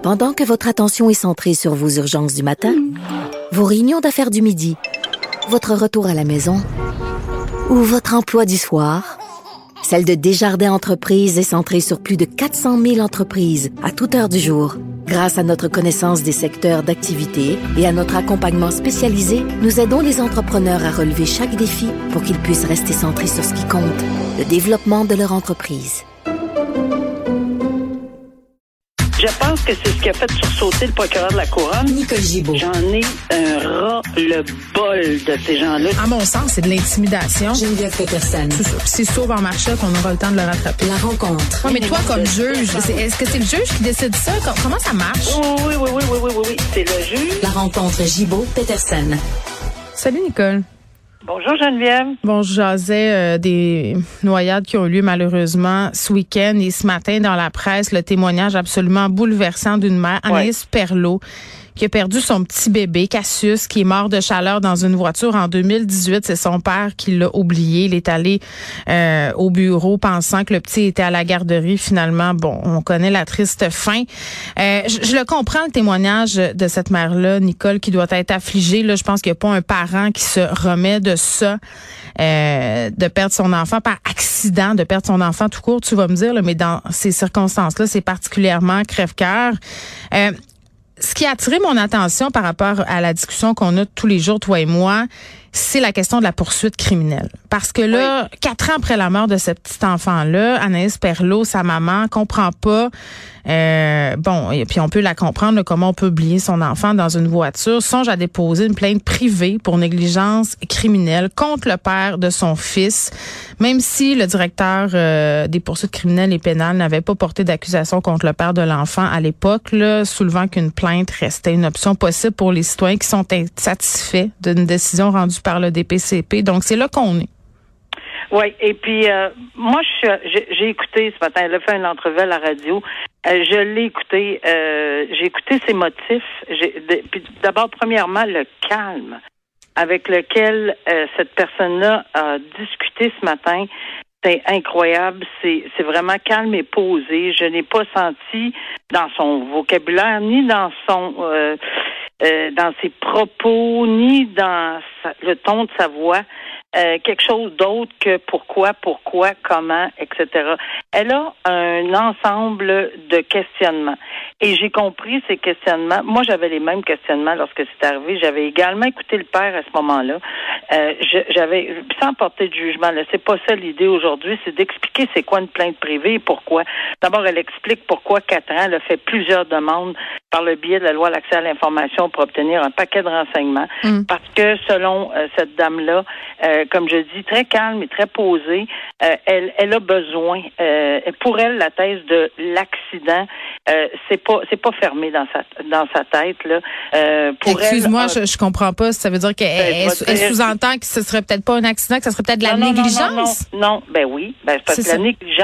Pendant que votre attention est centrée sur vos urgences du matin, vos réunions d'affaires du midi, votre retour à la maison ou votre emploi du soir, celle de Desjardins Entreprises est centrée sur plus de 400 000 entreprises à toute heure du jour. Grâce à notre connaissance des secteurs d'activité et à notre accompagnement spécialisé, nous aidons les entrepreneurs à relever chaque défi pour qu'ils puissent rester centrés sur ce qui compte, le développement de leur entreprise. Je pense que c'est ce qui a fait sursauter le procureur de la Couronne. Nicole Gibault. J'en ai un ras-le-bol de ces gens-là. À mon sens, c'est de l'intimidation. Geneviève Peterson. C'est ça. Puis c'est sauve en marchait qu'on aura le temps de le rattraper. La rencontre. Oui, mais toi, comme juge, est-ce que c'est le juge qui décide ça? Comment ça marche? Oui. C'est le juge. La rencontre Gibault-Peterson. Salut, Nicole. Bonjour Geneviève. Bon, je jasais des noyades qui ont eu lieu malheureusement ce week-end et ce matin dans la presse, le témoignage absolument bouleversant d'une mère, Anaïs Perlot, qui a perdu son petit bébé, Cassius, qui est mort de chaleur dans une voiture en 2018. C'est son père qui l'a oublié. Il est allé au bureau pensant que le petit était à la garderie. Finalement, bon, on connaît la triste fin. Je le comprends, le témoignage de cette mère-là, Nicole, qui doit être affligée. Là, je pense qu'il n'y a pas un parent qui se remet de ça, de perdre son enfant par accident, de perdre son enfant tout court, tu vas me dire, là, mais dans ces circonstances-là, c'est particulièrement crève-cœur. Ce qui a attiré mon attention par rapport à la discussion qu'on a tous les jours, toi et moi, c'est la question de la poursuite criminelle. Parce que là, 4 ans après la mort de ce petit enfant-là, Anaïs Perlot, sa maman, comprend pas. Bon, et puis on peut la comprendre, là, comment on peut oublier son enfant dans une voiture. Songe à déposer une plainte privée pour négligence criminelle contre le père de son fils, même si le directeur des poursuites criminelles et pénales n'avait pas porté d'accusation contre le père de l'enfant à l'époque, là, soulevant qu'une plainte restait une option possible pour les citoyens qui sont insatisfaits d'une décision rendue par le DPCP. Donc, c'est là qu'on est. Oui, et puis moi, j'ai écouté ce matin, elle a fait une entrevue à la radio. Je l'ai écouté, j'ai écouté ses motifs. Puis d'abord, premièrement, le calme avec lequel cette personne-là a discuté ce matin. C'est incroyable, c'est vraiment calme et posé. Je n'ai pas senti dans son vocabulaire, ni dans son dans ses propos, ni dans le ton de sa voix, quelque chose d'autre que pourquoi, comment, etc. Elle a un ensemble de questionnements. Et j'ai compris ces questionnements. Moi, j'avais les mêmes questionnements lorsque c'est arrivé. J'avais également écouté le père à ce moment-là. J'avais, sans porter de jugement, là, c'est pas ça l'idée aujourd'hui, c'est d'expliquer c'est quoi une plainte privée et pourquoi. D'abord, elle explique pourquoi 4 ans, elle a fait plusieurs demandes par le biais de la loi à l'accès à l'information pour obtenir un paquet de renseignements. Parce que selon cette dame-là, comme je dis, très calme et très posée, elle a besoin. Pour elle, la thèse de l'accident, c'est pas fermé dans sa tête là. Pour Excuse-moi, elle, je comprends pas. Ça veut dire qu'elle sous-entend que ce serait peut-être pas un accident, que ce serait peut-être de la négligence. Non, ben oui, parce que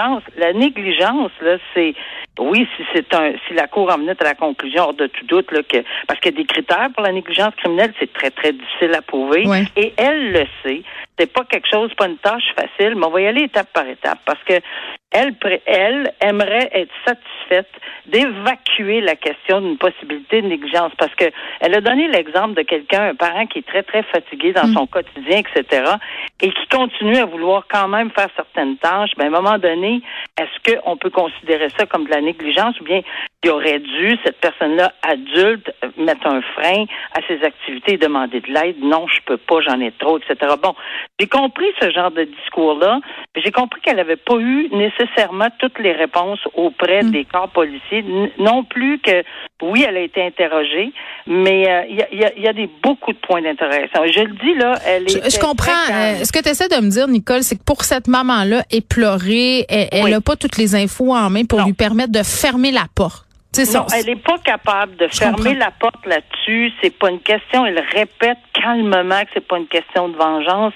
la négligence là, c'est oui, si la Cour en venait à la conclusion, hors de tout doute, là, parce qu'il y a des critères pour la négligence criminelle, c'est très, très difficile à prouver. Ouais. Et elle le sait. C'est pas quelque chose, pas une tâche facile, mais on va y aller étape par étape, parce que elle aimerait être satisfaite d'évacuer la question d'une possibilité de négligence, parce que elle a donné l'exemple de quelqu'un, un parent qui est très, très fatigué dans son quotidien, etc., et qui continue à vouloir quand même faire certaines tâches. Ben, à un moment donné, est-ce qu'on peut considérer ça comme de la négligence, ou bien il aurait dû, cette personne-là, adulte, mettre un frein à ses activités et demander de l'aide? Non, je peux pas, j'en ai trop, etc. Bon, j'ai compris ce genre de discours-là, mais j'ai compris qu'elle n'avait pas eu nécessairement toutes les réponses auprès des corps policiers, non plus que, oui, elle a été interrogée, mais il y a beaucoup de points d'interrogation. Je le dis, là, elle est... Je comprends. Ce que tu essaies de me dire, Nicole, c'est que pour cette maman-là éplorée, elle n'a pas toutes les infos en main pour lui permettre de fermer la porte. Non, elle n'est pas capable de fermer la porte là-dessus. C'est pas une question. Elle répète calmement que c'est pas une question de vengeance.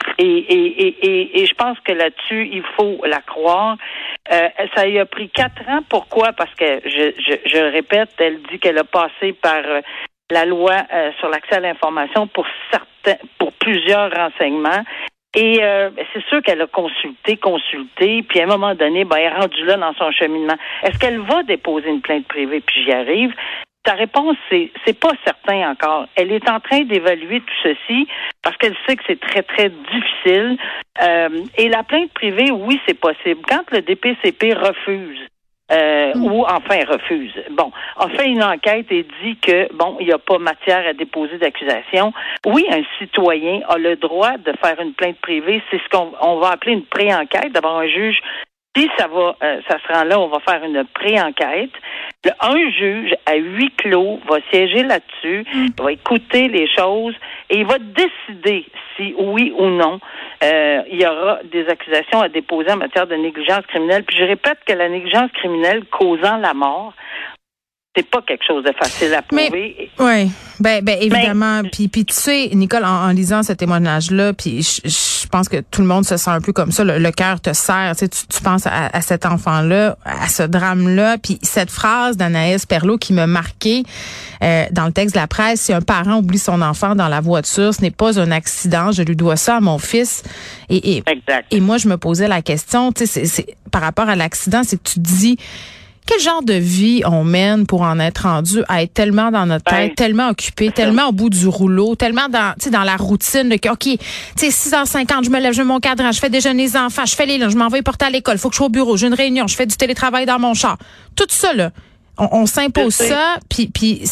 Et je pense que là-dessus, il faut la croire. Ça y a pris 4 ans. Pourquoi? Parce que je répète, elle dit qu'elle a passé par la loi sur l'accès à l'information pour plusieurs renseignements. Et c'est sûr qu'elle a consulté, puis à un moment donné, elle est rendue là dans son cheminement. Est-ce qu'elle va déposer une plainte privée? Puis j'y arrive. ta réponse, c'est pas certain encore. Elle est en train d'évaluer tout ceci parce qu'elle sait que c'est très, très difficile. Et la plainte privée, oui, c'est possible. Quand le DPCP refuse, ou enfin refuse, a fait une enquête et dit que, il n'y a pas matière à déposer d'accusation. Oui, un citoyen a le droit de faire une plainte privée. C'est ce qu'on va appeler une pré-enquête, d'avoir un juge. Si ça se rend là, on va faire une pré-enquête. Un juge à huis clos va siéger là-dessus, va écouter les choses et il va décider si oui ou non il y aura des accusations à déposer en matière de négligence criminelle. Puis je répète que la négligence criminelle causant la mort, c'est pas quelque chose de facile à prouver. Oui, évidemment. Puis tu sais, Nicole, en lisant ce témoignage-là, puis je pense que tout le monde se sent un peu comme ça. Le cœur te serre. Tu sais, tu penses à cet enfant-là, à ce drame-là. Puis cette phrase d'Anaïs Perlot qui m'a marqué dans le texte de la presse, si un parent oublie son enfant dans la voiture, ce n'est pas un accident. Je lui dois ça à mon fils. Et moi, je me posais la question, tu sais, c'est par rapport à l'accident, c'est que tu te dis, quel genre de vie on mène pour en être rendu à être tellement dans notre tête, tellement occupé, tellement au bout du rouleau, tellement dans la routine de que, OK, tu sais, 6h50, je me lève, je mets mon cadran, je fais déjeuner les enfants, je fais les lunchs, je m'en vais porter à l'école, faut que je sois au bureau, j'ai une réunion, je fais du télétravail dans mon char. Tout ça, là, on s'impose ça, puis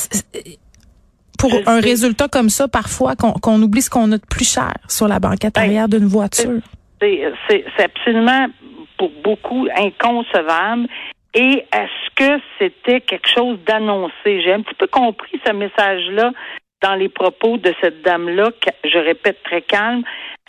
pour un résultat comme ça, parfois, qu'on oublie ce qu'on a de plus cher sur la banquette arrière d'une voiture. C'est absolument, pour beaucoup, inconcevable. Et est-ce que c'était quelque chose d'annoncé? J'ai un petit peu compris ce message-là dans les propos de cette dame-là, que je répète très calme.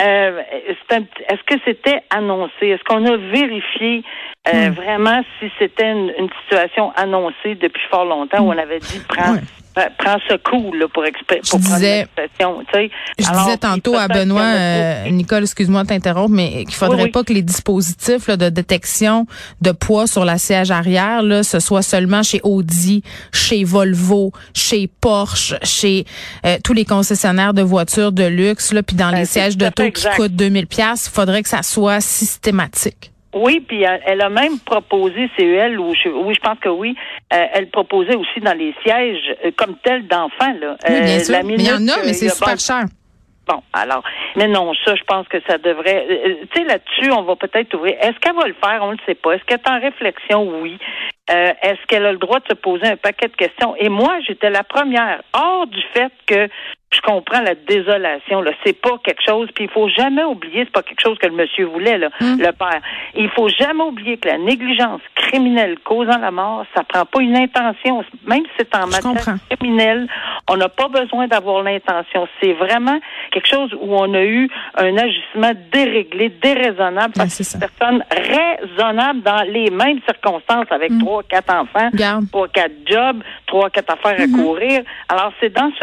Est-ce que c'était annoncé? Est-ce qu'on a vérifié vraiment si c'était une situation annoncée depuis fort longtemps où on avait dit prends ce coup là pour prendre l'expression, tu sais. Je disais tantôt à Benoît, Nicole, excuse-moi de t'interrompre, mais qu'il faudrait pas que les dispositifs là, de détection de poids sur la siège arrière là, ce soit seulement chez Audi, chez Volvo, chez Porsche, chez tous les concessionnaires de voitures de luxe là, puis dans les sièges d'auto qui coûtent 2000$, il faudrait que ça soit systématique. Oui, puis elle a même proposé, CEL, oui, je pense que oui, elle proposait aussi dans les sièges comme tel d'enfants. Là. Oui, bien sûr, mais il y en a, mais c'est super cher. Bon, alors, mais non, ça, je pense que ça devrait... tu sais, là-dessus, on va peut-être ouvrir. Est-ce qu'elle va le faire? On ne le sait pas. Est-ce qu'elle est en réflexion? Oui. Est-ce qu'elle a le droit de se poser un paquet de questions? Et moi, j'étais la première, hors du fait que je comprends la désolation, là. C'est pas quelque chose, puis il faut jamais oublier, c'est pas quelque chose que le monsieur voulait, là, le père. Il faut jamais oublier que la négligence criminelle causant la mort, ça prend pas une intention. Même si c'est en matière criminelle, on n'a pas besoin d'avoir l'intention. C'est vraiment quelque chose où on a eu un agissement déréglé, déraisonnable, parce que c'est une personne raisonnable dans les mêmes circonstances avec 3-4 enfants, 3-4 jobs, 3-4 affaires à courir. Alors, c'est dans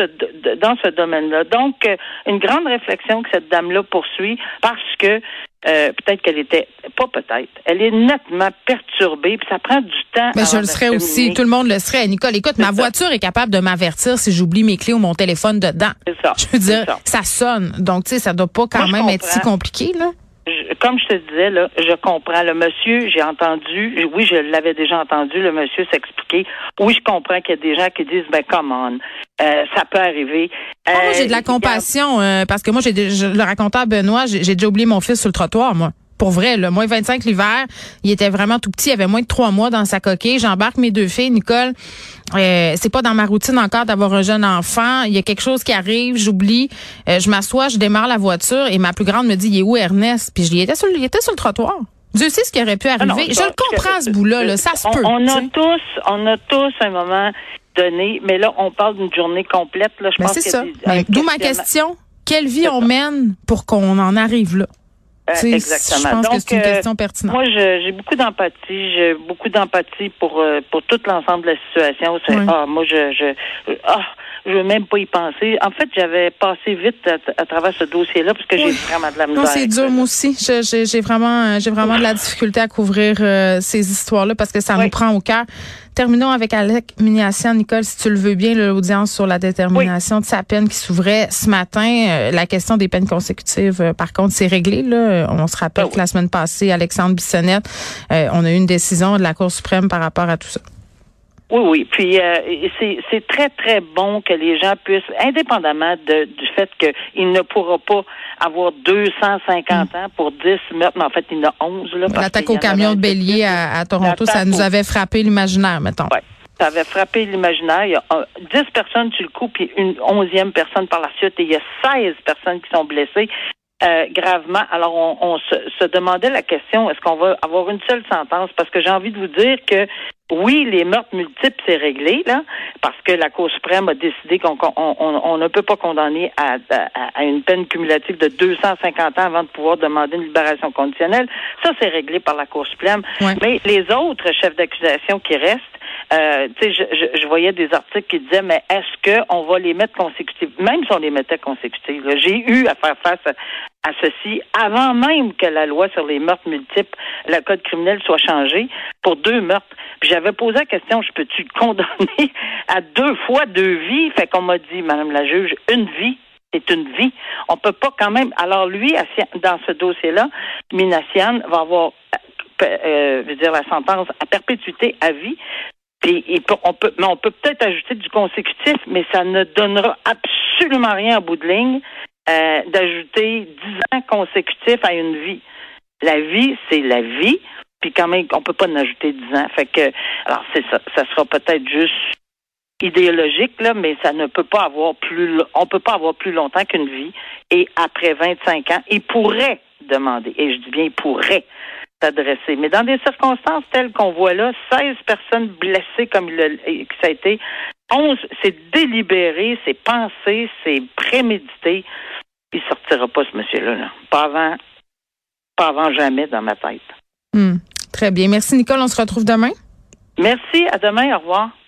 ce domaine-là. Donc, une grande réflexion que cette dame-là poursuit parce que peut-être qu'elle était, pas peut-être, elle est nettement perturbée, puis ça prend du temps. Mais je le serais aussi, tout le monde le serait. Nicole, écoute, ma voiture est capable de m'avertir si j'oublie mes clés ou mon téléphone dedans. C'est ça. Je veux dire, ça sonne. Donc, tu sais, ça doit pas quand même être si compliqué, là. Comme je te disais, là, je comprends. Le monsieur, j'ai entendu, oui, je l'avais déjà entendu, le monsieur s'expliquer. Oui, je comprends qu'il y a des gens qui disent, come on, ça peut arriver. Moi, j'ai de la compassion, parce que moi, je le racontais à Benoît, j'ai déjà oublié mon fils sur le trottoir, moi. Pour vrai, là, moins 25 l'hiver, il était vraiment tout petit, il avait moins de 3 mois dans sa coquille. J'embarque mes 2 filles, Nicole. C'est pas dans ma routine encore d'avoir un jeune enfant. Il y a quelque chose qui arrive, j'oublie. Je m'assois, je démarre la voiture et ma plus grande me dit, il est où Ernest? Puis il était sur le trottoir. Dieu sait ce qui aurait pu arriver. Je le comprends, ce bout-là, là, ça se peut. On a tous un moment donné, mais là, on parle d'une journée complète. Là, je pense c'est ça. D'où ma question. Quelle vie on mène pour qu'on en arrive là? Exactement. Je pense que c'est une question pertinente. Moi, j'ai beaucoup d'empathie. J'ai beaucoup d'empathie pour tout l'ensemble de la situation. Moi, je veux même pas y penser. En fait, j'avais passé vite à travers ce dossier-là parce que j'ai vraiment de la misère. Non, c'est dur, moi aussi. J'ai vraiment de la difficulté à couvrir ces histoires-là parce que ça nous prend au cœur. Terminons avec Alec Minassian. Nicole, si tu le veux bien, l'audience sur la détermination de sa peine qui s'ouvrait ce matin. La question des peines consécutives, par contre, c'est réglé. Là. On se rappelle que la semaine passée, Alexandre Bissonnette, on a eu une décision de la Cour suprême par rapport à tout ça. Oui. Puis c'est très, très bon que les gens puissent, indépendamment du fait qu'il ne pourra pas avoir 250 ans pour 10 meurtres, mais en fait, il y en a 11. L'attaque au camion de bélier à Toronto, ça nous avait frappé l'imaginaire, mettons. Oui. Ça avait frappé l'imaginaire. Il y a 10 personnes sur le coup, puis une 11e personne par la suite, et il y a 16 personnes qui sont blessées. Gravement. Alors, on se demandait la question, est-ce qu'on va avoir une seule sentence? Parce que j'ai envie de vous dire que oui, les meurtres multiples, c'est réglé, là, parce que la Cour suprême a décidé qu'on ne peut pas condamner à une peine cumulative de 250 ans avant de pouvoir demander une libération conditionnelle. Ça, c'est réglé par la Cour suprême. Ouais. Mais les autres chefs d'accusation qui restent, je voyais des articles qui disaient, mais est-ce qu'on va les mettre consécutives? Même si on les mettait consécutives, là, j'ai eu à faire face à ceci avant même que la loi sur les meurtres multiples, le code criminel soit changé pour 2 meurtres. Puis j'avais posé la question, je peux-tu le condamner à 2 fois 2 vies? Fait qu'on m'a dit, Madame la juge, une vie, c'est une vie. On peut pas quand même. Alors lui, dans ce dossier-là, Minassian va avoir, la sentence à perpétuité à vie. Puis on peut peut-être ajouter du consécutif, mais ça ne donnera absolument rien en bout de ligne d'ajouter 10 ans consécutifs à une vie. La vie, c'est la vie, puis quand même, on peut pas en ajouter 10 ans. Fait que, alors c'est ça. Ça sera peut-être juste idéologique, là, mais ça ne peut pas avoir on peut pas avoir plus longtemps qu'une vie. Et après 25 ans, il pourrait demander, et je dis bien il pourrait s'adresser. Mais dans des circonstances telles qu'on voit là, 16 personnes blessées comme ça a été, 11, c'est délibéré, c'est pensé, c'est prémédité. Il sortira pas, ce monsieur-là, là. Pas avant jamais dans ma tête. Très bien. Merci, Nicole. On se retrouve demain. Merci. À demain. Au revoir.